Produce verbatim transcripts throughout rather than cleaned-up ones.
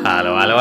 Hallå, hallå,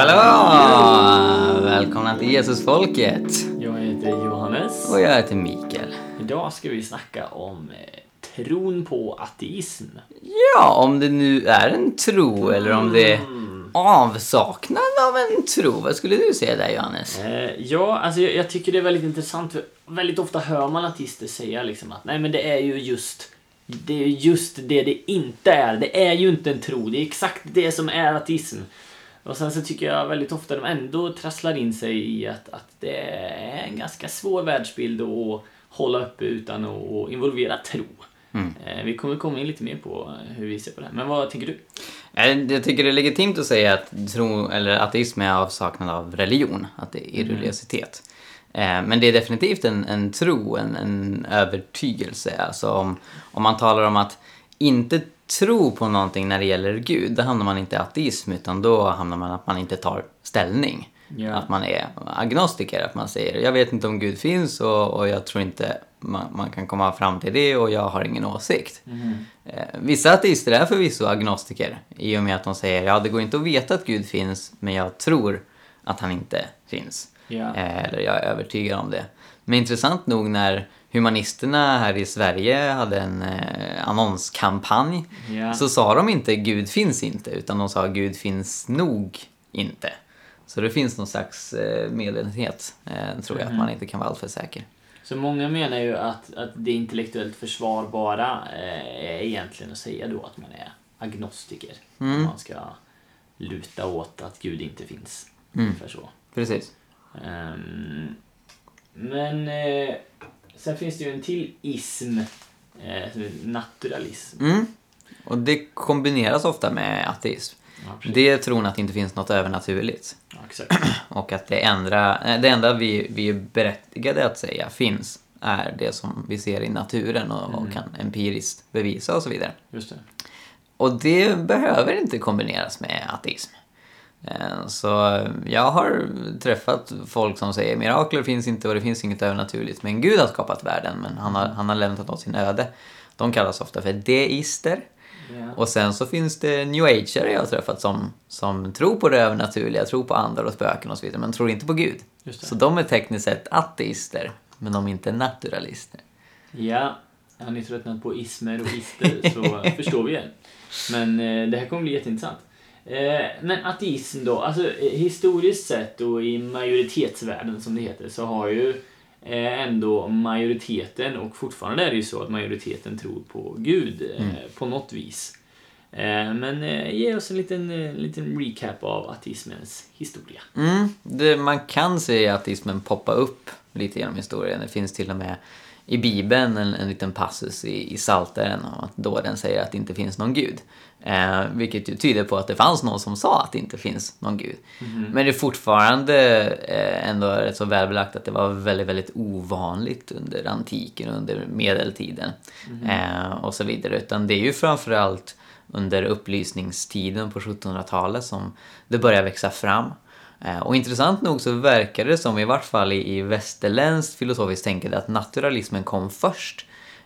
hallå! Välkomna till Jesusfolket. Jag heter Johannes. Och jag heter Mikael. Idag ska vi snacka om eh, tron på ateism. Ja, om det nu är en tro eller om det är avsaknad av en tro. Vad skulle du säga där, Johannes? Eh, ja, alltså jag, jag tycker det är väldigt intressant. För väldigt ofta hör man ateister säga liksom att nej, men det är ju just det är just det det inte är. Det är ju inte en tro. Det är exakt det som är ateism. Och sen så tycker jag väldigt ofta de ändå trasslar in sig i att, att det är en ganska svår världsbild att hålla uppe utan att involvera tro. Mm. Vi kommer komma in lite mer på hur vi ser på det här. Men vad tänker du? Jag tycker det är legitimt att säga att tro eller ateism är avsaknad av religion. Att det är irreligiositet. Mm. Men det är definitivt en, en tro, en, en övertygelse. Alltså om, om man talar om att inte tro på någonting när det gäller Gud, då hamnar man inte i ateism, utan då hamnar man att man inte tar ställning. Yeah. Att man är agnostiker, att man säger jag vet inte om Gud finns och, och jag tror inte man, man kan komma fram till det och jag har ingen åsikt. Mm. Eh, vissa ateister är förvisso agnostiker i och med att de säger ja, det går inte att veta att Gud finns, men jag tror att han inte finns. Yeah. Eh, eller jag är övertygad om det. Men intressant nog när humanisterna här i Sverige hade en eh, annonskampanj, yeah. så sa de inte Gud finns inte, utan de sa Gud finns nog inte. Så det finns någon slags eh, medvetenhet, eh, tror jag, mm. att man inte kan vara alltför säker. Så många menar ju att, att det intellektuellt försvarbara eh, är egentligen att säga då att man är agnostiker. Mm. Man ska luta åt att Gud inte finns. Mm. För så. Precis. Um, men eh, sen finns det ju en till ism, eh, som är naturalism. Mm. Och det kombineras ofta med ateism. Ja, det är tron att det inte finns något övernaturligt. Ja, exakt. Och att det enda, det enda vi, vi är berättigade att säga finns är det som vi ser i naturen och, mm. och kan empiriskt bevisa och så vidare. Just det. Och det behöver inte kombineras med ateism. Så jag har träffat folk som säger mirakler finns inte och det finns inget övernaturligt, men Gud har skapat världen, men han har, han har lämnat åt sin öde. De kallas ofta för deister. Yeah. Och sen så finns det new ageare jag har träffat som, som tror på det övernaturliga, tror på andar och spöken och så vidare, men tror inte på Gud. Så de är tekniskt sett ateister, men de är inte naturalister. Ja, har ni tröttnat på ismer och ister så förstår vi det. Men eh, det här kommer bli jätteintressant. Eh, men ateism då, alltså historiskt sett och i majoritetsvärlden som det heter, så har ju eh, ändå majoriteten, och fortfarande är det ju så att majoriteten tror på Gud eh, mm. på något vis. Eh, men eh, ge oss en liten, eh, liten recap av ateismens historia. Mm, det, man kan säga att ateismen poppar upp lite genom historien. Det finns till och med i Bibeln en, en liten passus i, i Psaltaren om att då den säger att det inte finns någon Gud. Eh, vilket ju tyder på att det fanns någon som sa att det inte finns någon Gud. Mm-hmm. Men det är fortfarande eh, ändå rätt så välbelagt att det var väldigt, väldigt ovanligt under antiken och under medeltiden. Mm-hmm. Eh, och så vidare. Utan det är ju framförallt under upplysningstiden på sjuttonhundratalet som det börjar växa fram. Och intressant nog så verkar det som i vart fall i, i västerländskt filosofiskt tänkande att naturalismen kom först.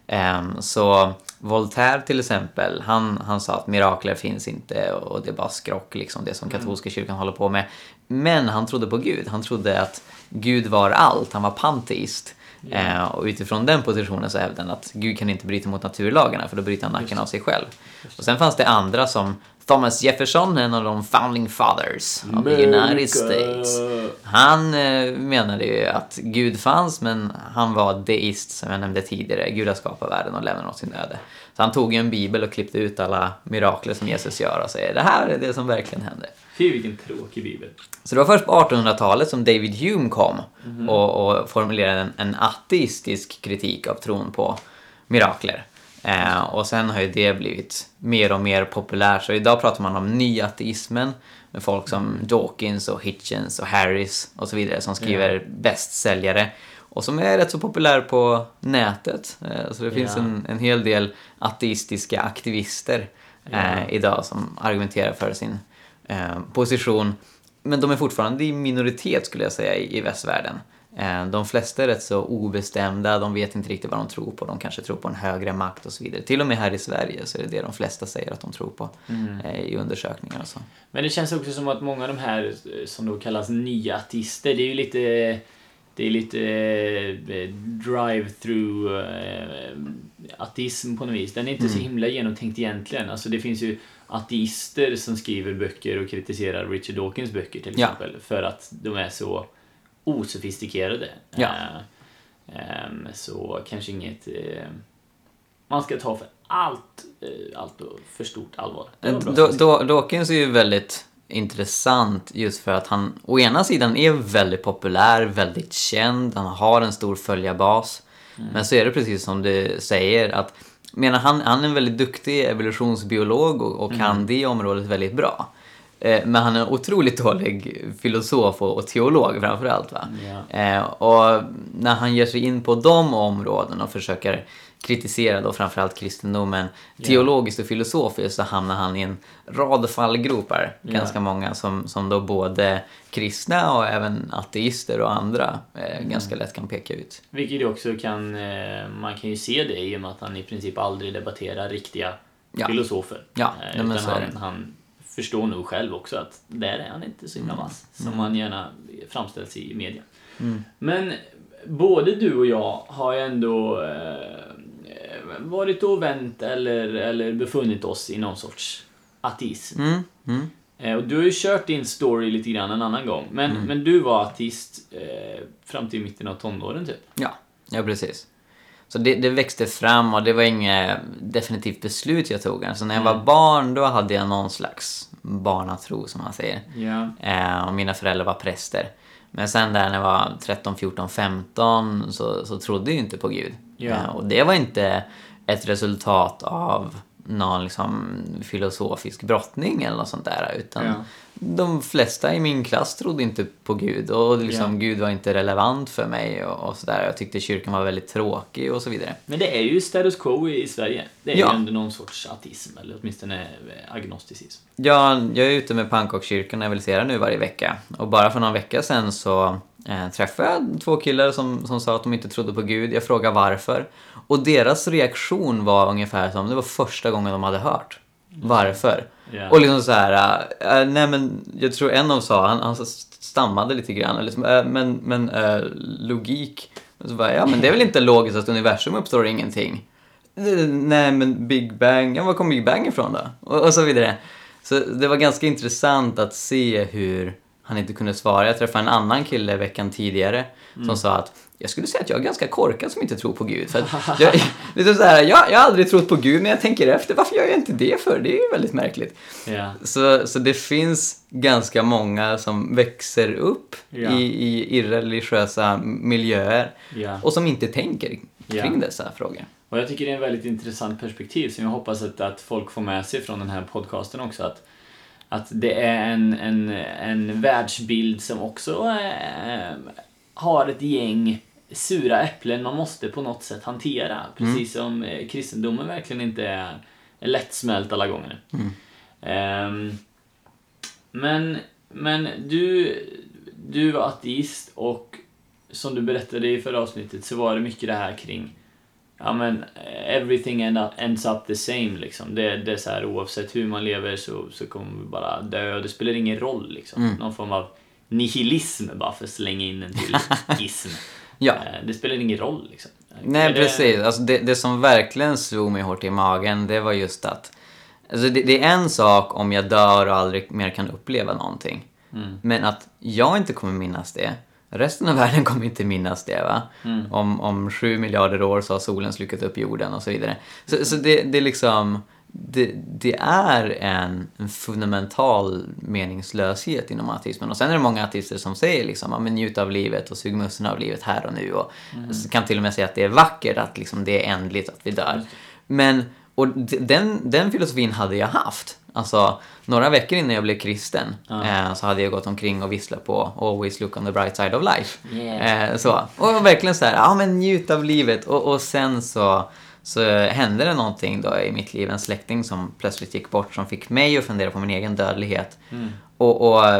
Um, så Voltaire till exempel, han, han sa att mirakler finns inte och det är bara skrock, liksom det som katolska kyrkan håller på med. Men han trodde på Gud, han trodde att Gud var allt, han var panteist. Yeah. Uh, och utifrån den positionen så hävdade han att Gud kan inte bryta mot naturlagarna, för då bryter han nacken av sig själv. Och sen fanns det andra som Thomas Jefferson, en av de founding fathers of the United States. Han eh, menade ju att Gud fanns, men han var deist, som jag nämnde tidigare. Gud har skapat världen och lämnat åt sin öde. Så han tog ju en bibel och klippte ut alla mirakler som Jesus gör och säger det här är det som verkligen hände. Fy, vilken tråkig bibel. Så det var först på artonhundratalet som David Hume kom mm-hmm. och, och formulerade en, en ateistisk kritik av tron på mirakler. Eh, och sen har ju det blivit mer och mer populärt. Så idag pratar man om nyateismen med folk som Dawkins och Hitchens och Harris och så vidare som skriver yeah. bästsäljare och som är rätt så populär på nätet. Eh, så det finns yeah. en, en hel del ateistiska aktivister eh, yeah. idag som argumenterar för sin eh, position. Men de är fortfarande i minoritet skulle jag säga i, i västvärlden. Eh, de flesta är rätt så obestämda, de vet inte riktigt vad de tror på. De kanske tror på en högre makt och så vidare. Till och med här i Sverige så är det det de flesta säger att de tror på mm. eh, i undersökningar och så. Men det känns också som att många av de här som då kallas nya ateister, det är ju lite... Det är lite eh, drive-through eh, ateism på något vis. Den är inte mm. så himla genomtänkt egentligen. Alltså det finns ju ateister som skriver böcker och kritiserar Richard Dawkins böcker till exempel. Ja. För att de är så osofistikerade. Ja. Eh, eh, så kanske inget... Eh, man ska ta för allt, eh, allt för stort allvar. Då, då, Dawkins är ju väldigt... intressant just för att han å ena sidan är väldigt populär, väldigt känd, han har en stor följarbas. Mm. Men så är det precis som du säger att menar han, han är en väldigt duktig evolutionsbiolog och, och kan mm. det området väldigt bra. Eh, men han är en otroligt dålig filosof och, och teolog framförallt va. Yeah. Eh, och när han ger sig in på de områden och försöker kritisera då framförallt kristendomen yeah. teologiskt och filosofiskt så hamnar han i en rad fallgropar. Yeah. Ganska många som, som då både kristna och även ateister och andra eh, mm. ganska lätt kan peka ut. Vilket också kan, eh, man kan ju se det i och med att han i princip aldrig debatterar riktiga ja. filosofer. Ja, eh, utan han, han förstår nog själv också att där är han inte så himla vass mm. som han gärna framställs i media. Mm. Men både du och jag har ju ändå eh, varit och vänt eller, eller befunnit oss i någon sorts ateism. Mm. Mm. Eh, och du har ju kört din story lite grann en annan gång. Men, mm. men du var ateist eh, fram till mitten av tonåren typ. Ja, ja precis. Så det, det växte fram och det var inget definitivt beslut jag tog. Så när jag mm. var barn då hade jag någon slags barnatro som man säger. Yeah. Eh, och mina föräldrar var präster. Men sen där när jag var tretton, fjorton, femton så, så trodde jag inte på Gud. Yeah. Eh, och det var inte ett resultat av någon liksom filosofisk brottning eller något sånt där. Utan yeah. de flesta i min klass trodde inte på Gud. Och liksom yeah. Gud var inte relevant för mig och, och sådär. Jag tyckte kyrkan var väldigt tråkig och så vidare. Men det är ju status quo i Sverige. Det är ja. ju ändå någon sorts ateism eller åtminstone agnosticism. Ja, jag är ute med pannkakskyrkan och evangeliserar nu varje vecka. Och bara för någon vecka sedan så eh, träffade jag två killar som, som sa att de inte trodde på Gud. Jag frågade varför. Och deras reaktion var ungefär som det var första gången de hade hört. Varför? Yeah. Och liksom så här, äh, nej men jag tror en av sa, han, han stammade lite grann. Liksom, äh, men men äh, logik. Och så bara, ja men det är väl inte logiskt att universum uppstår ingenting. Nej men Big Bang, ja var kom Big Bang ifrån då? Och, och så vidare. Så det var ganska intressant att se hur han inte kunde svara. Jag träffade en annan kille veckan tidigare mm. som sa att jag skulle säga att jag är ganska korkad som inte tror på Gud. För att jag, liksom så här, jag, jag har aldrig trott på Gud, men jag tänker efter, varför gör jag inte det för? Det är ju väldigt märkligt. Yeah. Så, så det finns ganska många som växer upp yeah. i, i irreligiösa miljöer yeah. och som inte tänker kring yeah. dessa frågor. Och jag tycker det är en väldigt intressant perspektiv som jag hoppas att, att folk får med sig från den här podcasten också. Att, att det är en, en, en världsbild som också äh, har ett gäng sura äpplen man måste på något sätt hantera. Precis mm. som eh, kristendomen verkligen inte är, är lättsmält alla gånger. Mm. Um, men men du, du var ateist och som du berättade i förra avsnittet så var det mycket det här kring ja men everything end up, ends up the same liksom. Det, det är så här oavsett hur man lever så, så kommer vi bara dö. Det spelar ingen roll liksom. Mm. Någon form av nihilism bara för att slänga in en till ism. Ja. Det spelar ingen roll liksom. Nej, det... precis. Alltså det, det som verkligen slog mig hårt i magen, det var just att alltså det, det är en sak om jag dör och aldrig mer kan uppleva någonting. Mm. Men att jag inte kommer minnas det. Resten av världen kommer inte minnas det, va? Mm. Om, om sju miljarder år så har solen slukat upp jorden och så vidare. Så, mm. så det, det är liksom... Det, det är en, en fundamental meningslöshet inom ateismen. Och sen är det många ateister som säger liksom, men njut av livet och sug mussen av livet här och nu. Och mm. kan till och med säga att det är vackert, att liksom det är ändligt att vi dör. Mm. Men, och den, den filosofin hade jag haft. Alltså, några veckor innan jag blev kristen mm. eh, så hade jag gått omkring och visslat på Always look on the bright side of life. Yeah. Eh, så. Och verkligen så här, ja men njut av livet. Och, och sen så... Så hände det någonting då i mitt liv, en släkting som plötsligt gick bort som fick mig att fundera på min egen dödlighet. Mm. Och, och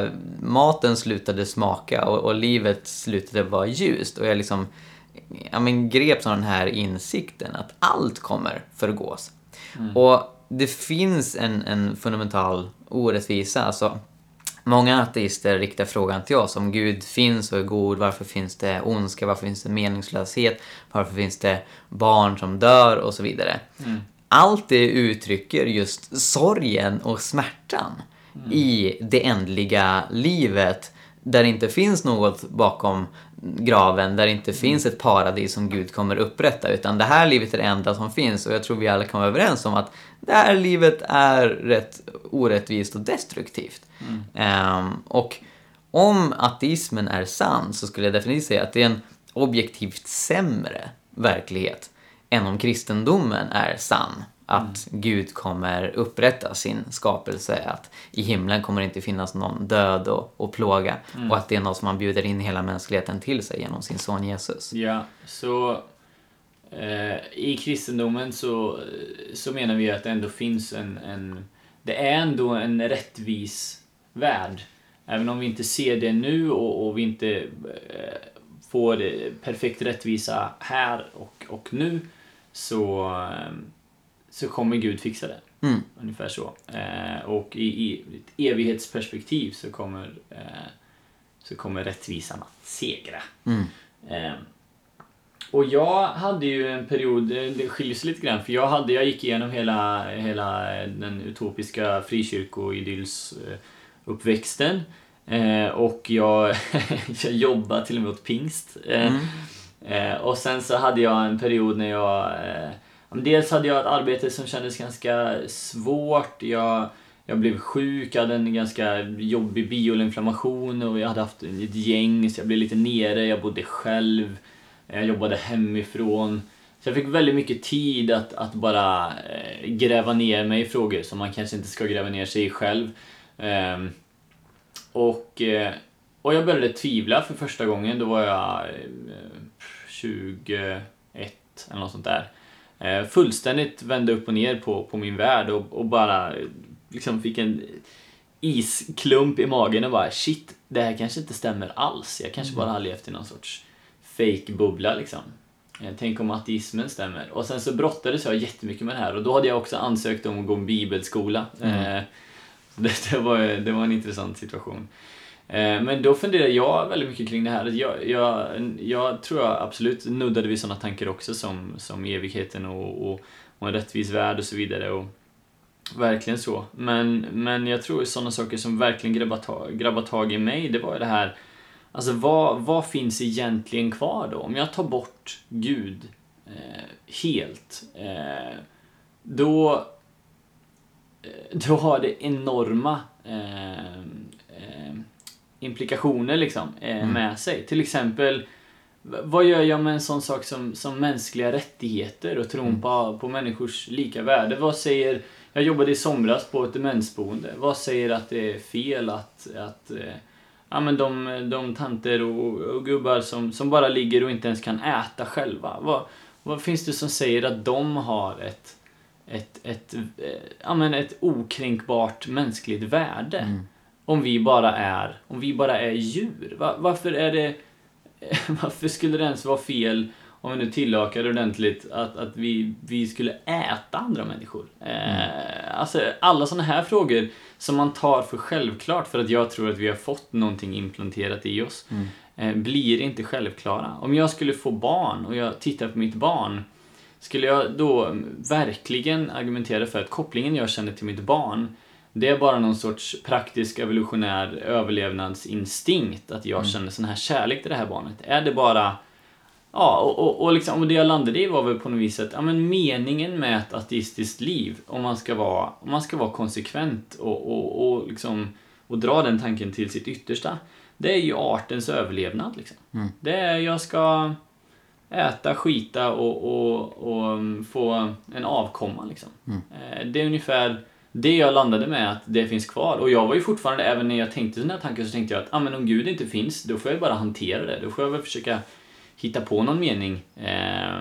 maten slutade smaka och, och livet slutade vara ljust. Och jag liksom ja, men greps av den här insikten att allt kommer förgås. Mm. Och det finns en, en fundamental orättvisa. Alltså, många ateister riktar frågan till oss om Gud finns och är god. Varför finns det ondska? Varför finns det meningslöshet? Varför finns det barn som dör? Och så vidare. Mm. Allt det uttrycker just sorgen och smärtan mm. i det ändliga livet. Där det inte finns något bakom graven. Där det inte mm. finns ett paradis som Gud kommer upprätta. Utan det här livet är det enda som finns. Och jag tror vi alla kan vara överens om att det här livet är rätt orättvist och destruktivt. Mm. Um, och om ateismen är sann så skulle jag definitivt säga att det är en objektivt sämre verklighet än om kristendomen är sann. Att mm. Gud kommer upprätta sin skapelse, att i himlen kommer det inte finnas någon död och, och plåga. Mm. Och att det är något som man bjuder in hela mänskligheten till sig genom sin son Jesus. Ja, så eh, i kristendomen så, så menar vi att det ändå finns en, en... Det är ändå en rättvis värld. Även om vi inte ser det nu och, och vi inte eh, får det perfekt rättvisa här och, och nu så... Eh, så kommer Gud fixa det. Mm. Ungefär så. Eh, och i, i ett evighetsperspektiv så kommer, eh, så kommer rättvisan att segra. Mm. Eh, och jag hade ju en period, det skiljer sig lite grann, för jag, hade, jag gick igenom hela, hela den utopiska frikyrkoidyls eh, uppväxten. Eh, och jag, jag jobbade till och med åt pingst. Eh, mm. eh, och sen så hade jag en period när jag... Eh, Dels hade jag ett arbete som kändes ganska svårt. Jag, jag blev sjuk, jag hade en ganska jobbig bioinflammation och jag hade haft ett gäng så jag blev lite nere. Jag bodde själv, jag jobbade hemifrån. Så jag fick väldigt mycket tid att, att bara eh, gräva ner mig i frågor som man kanske inte ska gräva ner sig i själv. Eh, och, eh, och jag började tvivla för första gången. Då var jag eh, tjugoett eller något sånt där. Fullständigt vände upp och ner på, på min värld och, och bara liksom fick en isklump i magen och bara shit, det här kanske inte stämmer alls. Jag kanske bara har levt i någon sorts fake-bubbla liksom. Tänk om ateismen stämmer. Och sen så brottades jag jättemycket med det här och då hade jag också ansökt om att gå en bibelskola. Mm. Det, det, var, det var en intressant situation. Men då funderade jag väldigt mycket kring det här. Jag, jag, jag tror jag absolut nuddade vid sådana tankar också som, som evigheten och, och, och en rättvis värld och så vidare. Och verkligen så. Men, men jag tror sådana saker som verkligen grabbar tag, grabbar tag i mig, det var det här. Alltså vad, vad finns egentligen kvar då? Om jag tar bort Gud eh, helt, eh, då, då har det enorma... Eh, eh, implikationer liksom eh, mm. med sig. Till exempel, vad gör jag med en sån sak som, som mänskliga rättigheter och tron mm. på, på människors lika värde? Vad säger, jag jobbade i somras på ett demensboende. Vad säger att det är fel att, att eh, ja, men de, de tanter och, och gubbar som, som bara ligger och inte ens kan äta själva? Vad, vad finns det som säger att de har ett, ett, ett, eh, ja, men ett okränkbart mänskligt värde? Mm. Om vi bara är, om vi bara är djur. Var, varför är det, varför skulle det ens vara fel om vi nu tillakar ordentligt att, att vi, vi skulle äta andra människor? Mm. Eh, alltså alla sådana här frågor som man tar för självklart för att jag tror att vi har fått någonting implanterat i oss mm. eh, blir inte självklara. Om jag skulle få barn och jag tittar på mitt barn, skulle jag då verkligen argumentera för att kopplingen jag känner till mitt barn, det är bara någon sorts praktisk evolutionär överlevnadsinstinkt att jag mm. känner sån här kärlek till det här barnet. Är det bara... Ja, och, och, och, liksom, och det jag landade i var väl på något vis att ja, men meningen med ett ateistiskt liv, om man ska vara, om man ska vara konsekvent och, och, och, liksom, och dra den tanken till sitt yttersta, det är ju artens överlevnad. Liksom. Mm. Det är jag ska äta, skita och, och, och få en avkomma. Liksom. Mm. Det är ungefär... Det jag landade med att det finns kvar. Och jag var ju fortfarande, även när jag tänkte den här tanken, så tänkte jag att ah, men om Gud inte finns, då får jag bara hantera det. Då får jag väl försöka hitta på någon mening eh,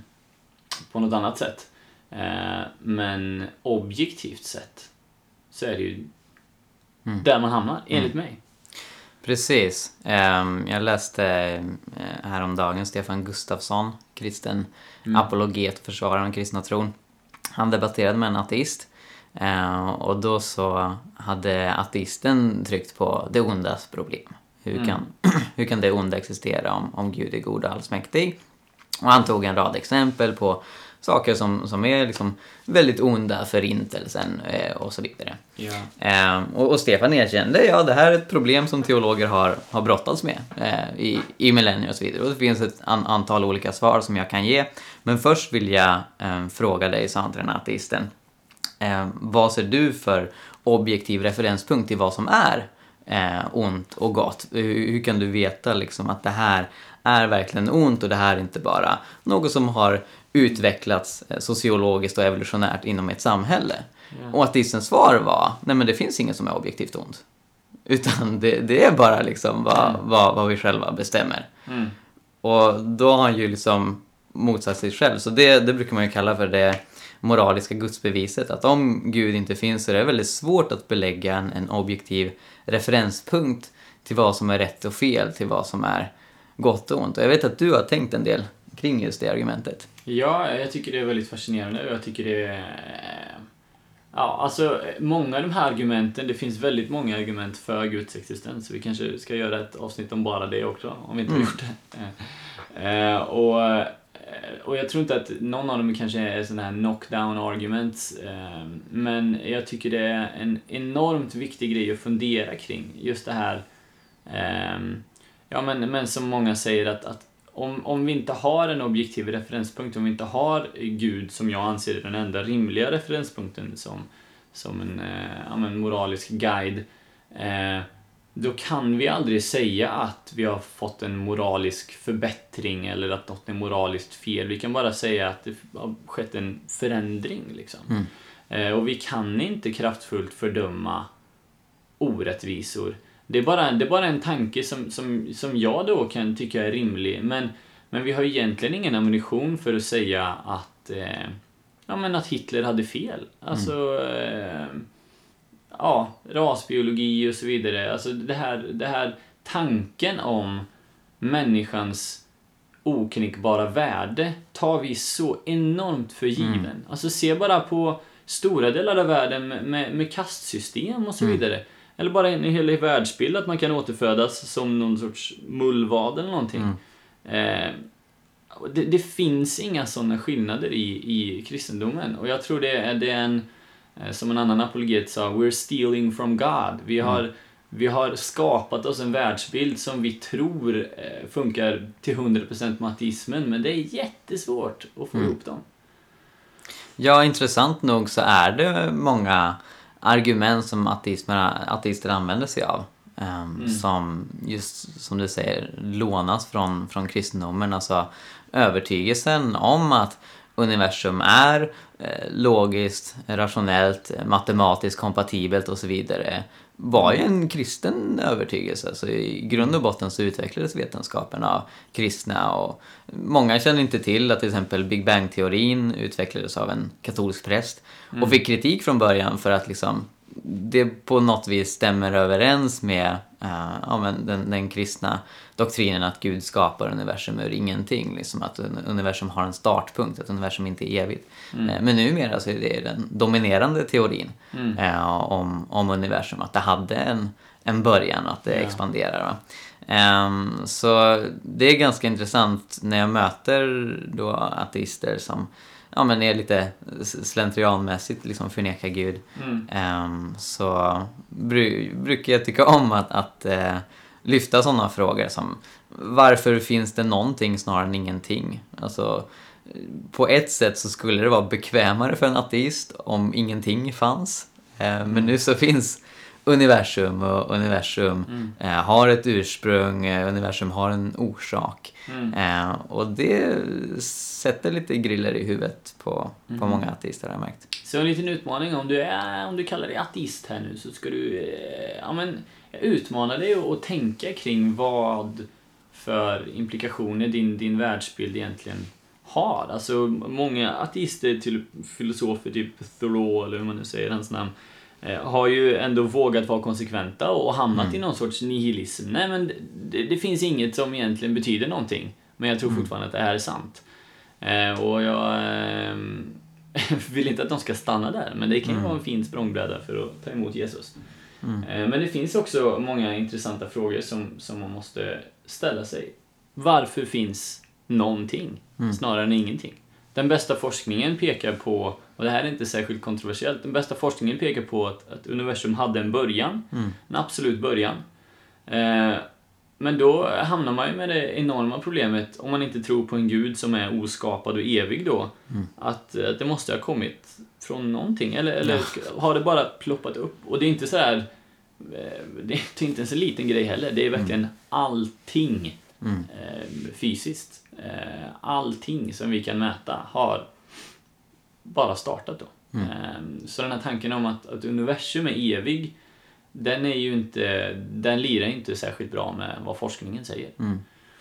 på något annat sätt. Eh, men objektivt sett så är det ju mm. där man hamnar, enligt mm. mig. Precis. Um, jag läste uh, häromdagen Stefan Gustafsson, kristen mm. apologet, försvarare av kristna tron. Han debatterade med en ateist. Uh, och då så hade ateisten tryckt på det ondas problem. Hur, mm. kan, hur kan det onda existera om, om Gud är god och allsmäktig? Och han tog en rad exempel på saker som, som är liksom väldigt onda, förintelsen eh, och så vidare. Ja. Eh, och, och Stefan erkände, ja, det här är ett problem som teologer har, har brottats med eh, i, i millennier och så vidare. Och det finns ett an, antal olika svar som jag kan ge. Men först vill jag eh, fråga dig, sa han till den här ateisten. Eh, vad ser du för objektiv referenspunkt till vad som är eh, ont och gott? Hur, hur kan du veta liksom, att det här är verkligen ont och det här är inte bara något som har utvecklats sociologiskt och evolutionärt inom ett samhälle? Yeah. Och ateistens svar var, nej men det finns inget som är objektivt ont. Utan det, det är bara liksom vad, mm. vad, vad vi själva bestämmer. Mm. Och då har han ju liksom motsatt sig själv. Så det, det brukar man ju kalla för det moraliska gudsbeviset. Att om Gud inte finns så är det väldigt svårt att belägga en, en objektiv referenspunkt till vad som är rätt och fel, till vad som är gott och ont. Och jag vet att du har tänkt en del kring just det argumentet. Ja, jag tycker det är väldigt fascinerande och jag tycker det är... Ja, alltså många av de här argumenten, det finns väldigt många argument för Guds existens. Vi kanske ska göra ett avsnitt om bara det också, om vi inte mm. har gjort det. Eh, och, och jag tror inte att någon av dem kanske är sådana här knockdown arguments. Eh, men jag tycker det är en enormt viktig grej att fundera kring. Just det här... Eh, ja, men, men som många säger att, att Om, om vi inte har en objektiv referenspunkt, om vi inte har Gud som jag anser är den enda rimliga referenspunkten som, som en, eh, ja, en moralisk guide, eh, då kan vi aldrig säga att vi har fått en moralisk förbättring eller att något är moraliskt fel. Vi kan bara säga att det har skett en förändring. Liksom. Mm. Eh, och vi kan inte kraftfullt fördöma orättvisor. Det är bara, det är bara en tanke som, som, som jag då kan tycka är rimlig. Men, men vi har egentligen ingen ammunition för att säga att, eh, ja, men att Hitler hade fel. Alltså, eh, ja, rasbiologi och så vidare. Alltså det här, det här tanken om människans okränkbara värde tar vi så enormt för given. Mm. Alltså se bara på stora delar av världen med, med, med kastsystem och så mm. vidare. Eller bara en hel världsbild att man kan återfödas som någon sorts mullvad eller någonting. Mm. Eh, det, det finns inga sådana skillnader i, i kristendomen. Och jag tror det är, det är en, eh, som en annan apologet sa, we're stealing from God. Vi har, mm. vi har skapat oss en världsbild som vi tror eh, funkar till hundra procent med ateismen. Men det är jättesvårt att få mm. ihop dem. Ja, intressant nog så är det många argument som ateister använder sig av. Um, mm. Som just som du säger lånas från, från kristendomen. Alltså övertygelsen om att universum är eh, logiskt, rationellt, matematiskt kompatibelt och så vidare var ju en kristen övertygelse. Så i grund och botten så utvecklades vetenskapen av kristna och många känner inte till att till exempel Big Bang-teorin utvecklades av en katolsk präst mm. och fick kritik från början för att liksom det på något vis stämmer överens med uh, ja, men den, den kristna doktrinen att Gud skapar universum ur ingenting. Liksom att universum har en startpunkt, att universum inte är evigt. Mm. Uh, men numera så är det den dominerande teorin mm. uh, om, om universum. Att det hade en, en början och att det ja. expanderar. Va? Um, så det är ganska intressant när jag möter då ateister som ja, men är lite slentrianmässigt liksom förnekar Gud. Mm. Um, så bru- brukar jag tycka om att, att uh, lyfta sådana frågor som varför finns det någonting snarare än ingenting? Alltså, på ett sätt så skulle det vara bekvämare för en ateist om ingenting fanns. Uh, mm. Men nu så finns universum och universum mm. eh, har ett ursprung, eh, universum har en orsak. Mm. Eh, och det sätter lite griller i huvudet på, mm. på många ateister har jag märkt. Så en liten utmaning, om du, är, om du kallar dig ateist här nu så ska du eh, ja, men, utmana dig och, och tänka kring vad för implikationer din, din världsbild egentligen har. Alltså många ateister, till filosofer, typ Thoreau eller hur man nu säger hans namn, eh, har ju ändå vågat vara konsekventa och hamnat Mm. i någon sorts nihilism. Nej, men det, det finns inget som egentligen betyder någonting. Men jag tror fortfarande att det här är sant. Eh, och jag eh, vill inte att de ska stanna där, men det kan ju Mm. vara en fin språngbräda för att ta emot Jesus. Mm. Eh, men det finns också många intressanta frågor som, som man måste ställa sig. Varför finns någonting Mm. snarare än ingenting? Den bästa forskningen pekar på, och det här är inte särskilt kontroversiellt, den bästa forskningen pekar på att, att universum hade en början, Mm. en absolut början. Eh, men då hamnar man ju med det enorma problemet, om man inte tror på en gud som är oskapad och evig då, Mm. att, att det måste ha kommit från någonting, eller, eller Ja. har det bara ploppat upp? Och det är inte så här, eh, det är inte ens en liten grej heller, det är verkligen allting Mm. eh, fysiskt. Eh, allting som vi kan mäta har bara startat då. Mm. Eh, så den här tanken om att, att universum är evig, den är ju inte, den lirar inte särskilt bra med vad forskningen säger. Mm.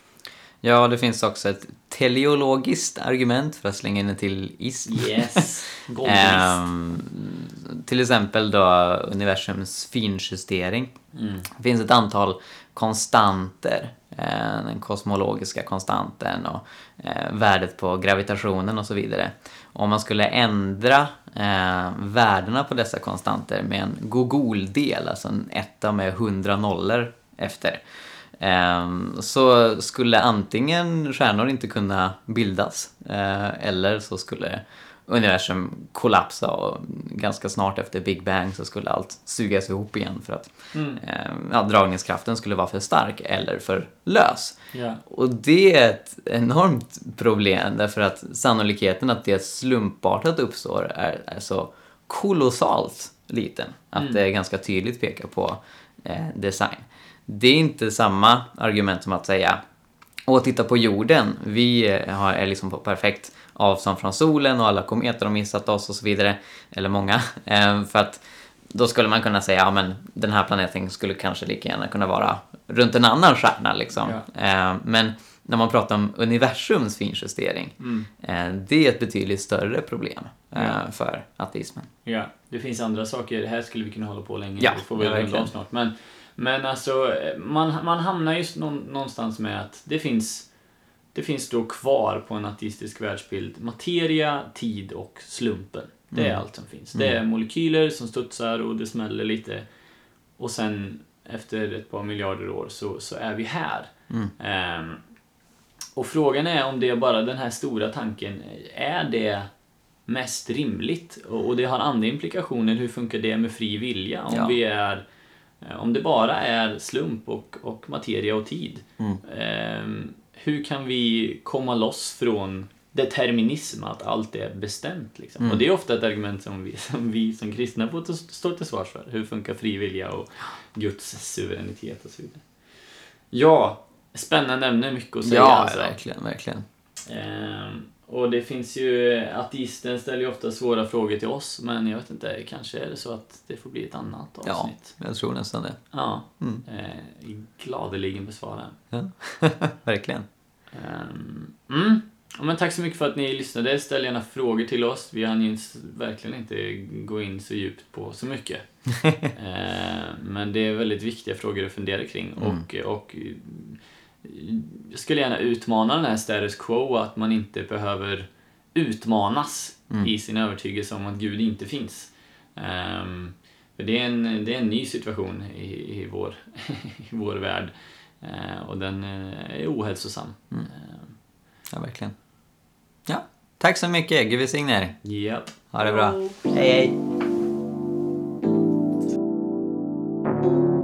Ja, det finns också ett teleologiskt argument för att slänga in en till ism. Yes, golden Ehm, till exempel då universums finjustering. mm. Det finns ett antal konstanter, eh, den kosmologiska konstanten och eh, värdet på gravitationen och så vidare. Om man skulle ändra eh, värdena på dessa konstanter med en gogoldel, alltså en etta med hundra nollor efter, eh, så skulle antingen stjärnor inte kunna bildas eh, eller så skulle universum kollapsa och ganska snart efter Big Bang så skulle allt sugas ihop igen för att Mm. eh, ja, dragningskraften skulle vara för stark eller för lös. Ja. Och det är ett enormt problem därför att sannolikheten att det slumpartat uppstår är, är så kolossalt liten att Mm. det ganska tydligt pekar på eh, design. Det är inte samma argument som att säga och titta på jorden, vi har, är liksom på perfekt avstånd från solen och alla kometer har missat oss och så vidare, eller många, eh, för att då skulle man kunna säga, ja men den här planeten skulle kanske lika gärna kunna vara runt en annan stjärna liksom. Ja. Eh, men när man pratar om universums finjustering, Mm. eh, det är ett betydligt större problem eh, Ja. för ateismen. Ja, det finns andra saker. Det här skulle vi kunna hålla på länge. Ja, vi får väl ja, runda verkligen. av snart. Men, men alltså, man, man hamnar just någon, någonstans med att det finns, det finns då kvar på en ateistisk världsbild materia, tid och slumpen. Det är Mm. allt som finns. Det är molekyler som studsar och det smäller lite. Och sen efter ett par miljarder år så, så är vi här. Mm. Ehm, och frågan är om det är bara den här stora tanken, är det mest rimligt? Och, och det har andra implikationer. Hur funkar det med fri vilja? Om, Ja. vi är, om det bara är slump och, och materia och tid. Mm. Ehm, hur kan vi komma loss från determinism, att allt är bestämt liksom? Mm. Och det är ofta ett argument som vi som, vi som kristna får ta- stå till svars för. Hur funkar fri vilja och Guds suveränitet och så vidare. Ja, spännande ämne, mycket att säga. Ja, alltså. verkligen, verkligen. Ehm, och det finns ju, ateisten ställer ju ofta svåra frågor till oss, men jag vet inte, kanske är det så att det får bli ett annat Ja, avsnitt. jag tror nästan det. Ja, Mm. eh, gladeligen besvara. Ja. Verkligen. Ehm, mm. Ja, men tack så mycket för att ni lyssnade. Ställ gärna frågor till oss. Vi hann ju verkligen inte gå in så djupt på så mycket. Ehm, men det är väldigt viktiga frågor att fundera kring. Mm. Och, och jag skulle gärna utmana den här status quo, att man inte behöver utmanas Mm. i sin övertygelse om att Gud inte finns. Ehm, för det är en, det är en ny situation i, i, vår, i vår värld. Ehm, och den är ohälsosam. Mm. Ehm, Ja, verkligen. Ja, tack så mycket. Gud välsigne er. Japp. Ha det bra. Hej, hej.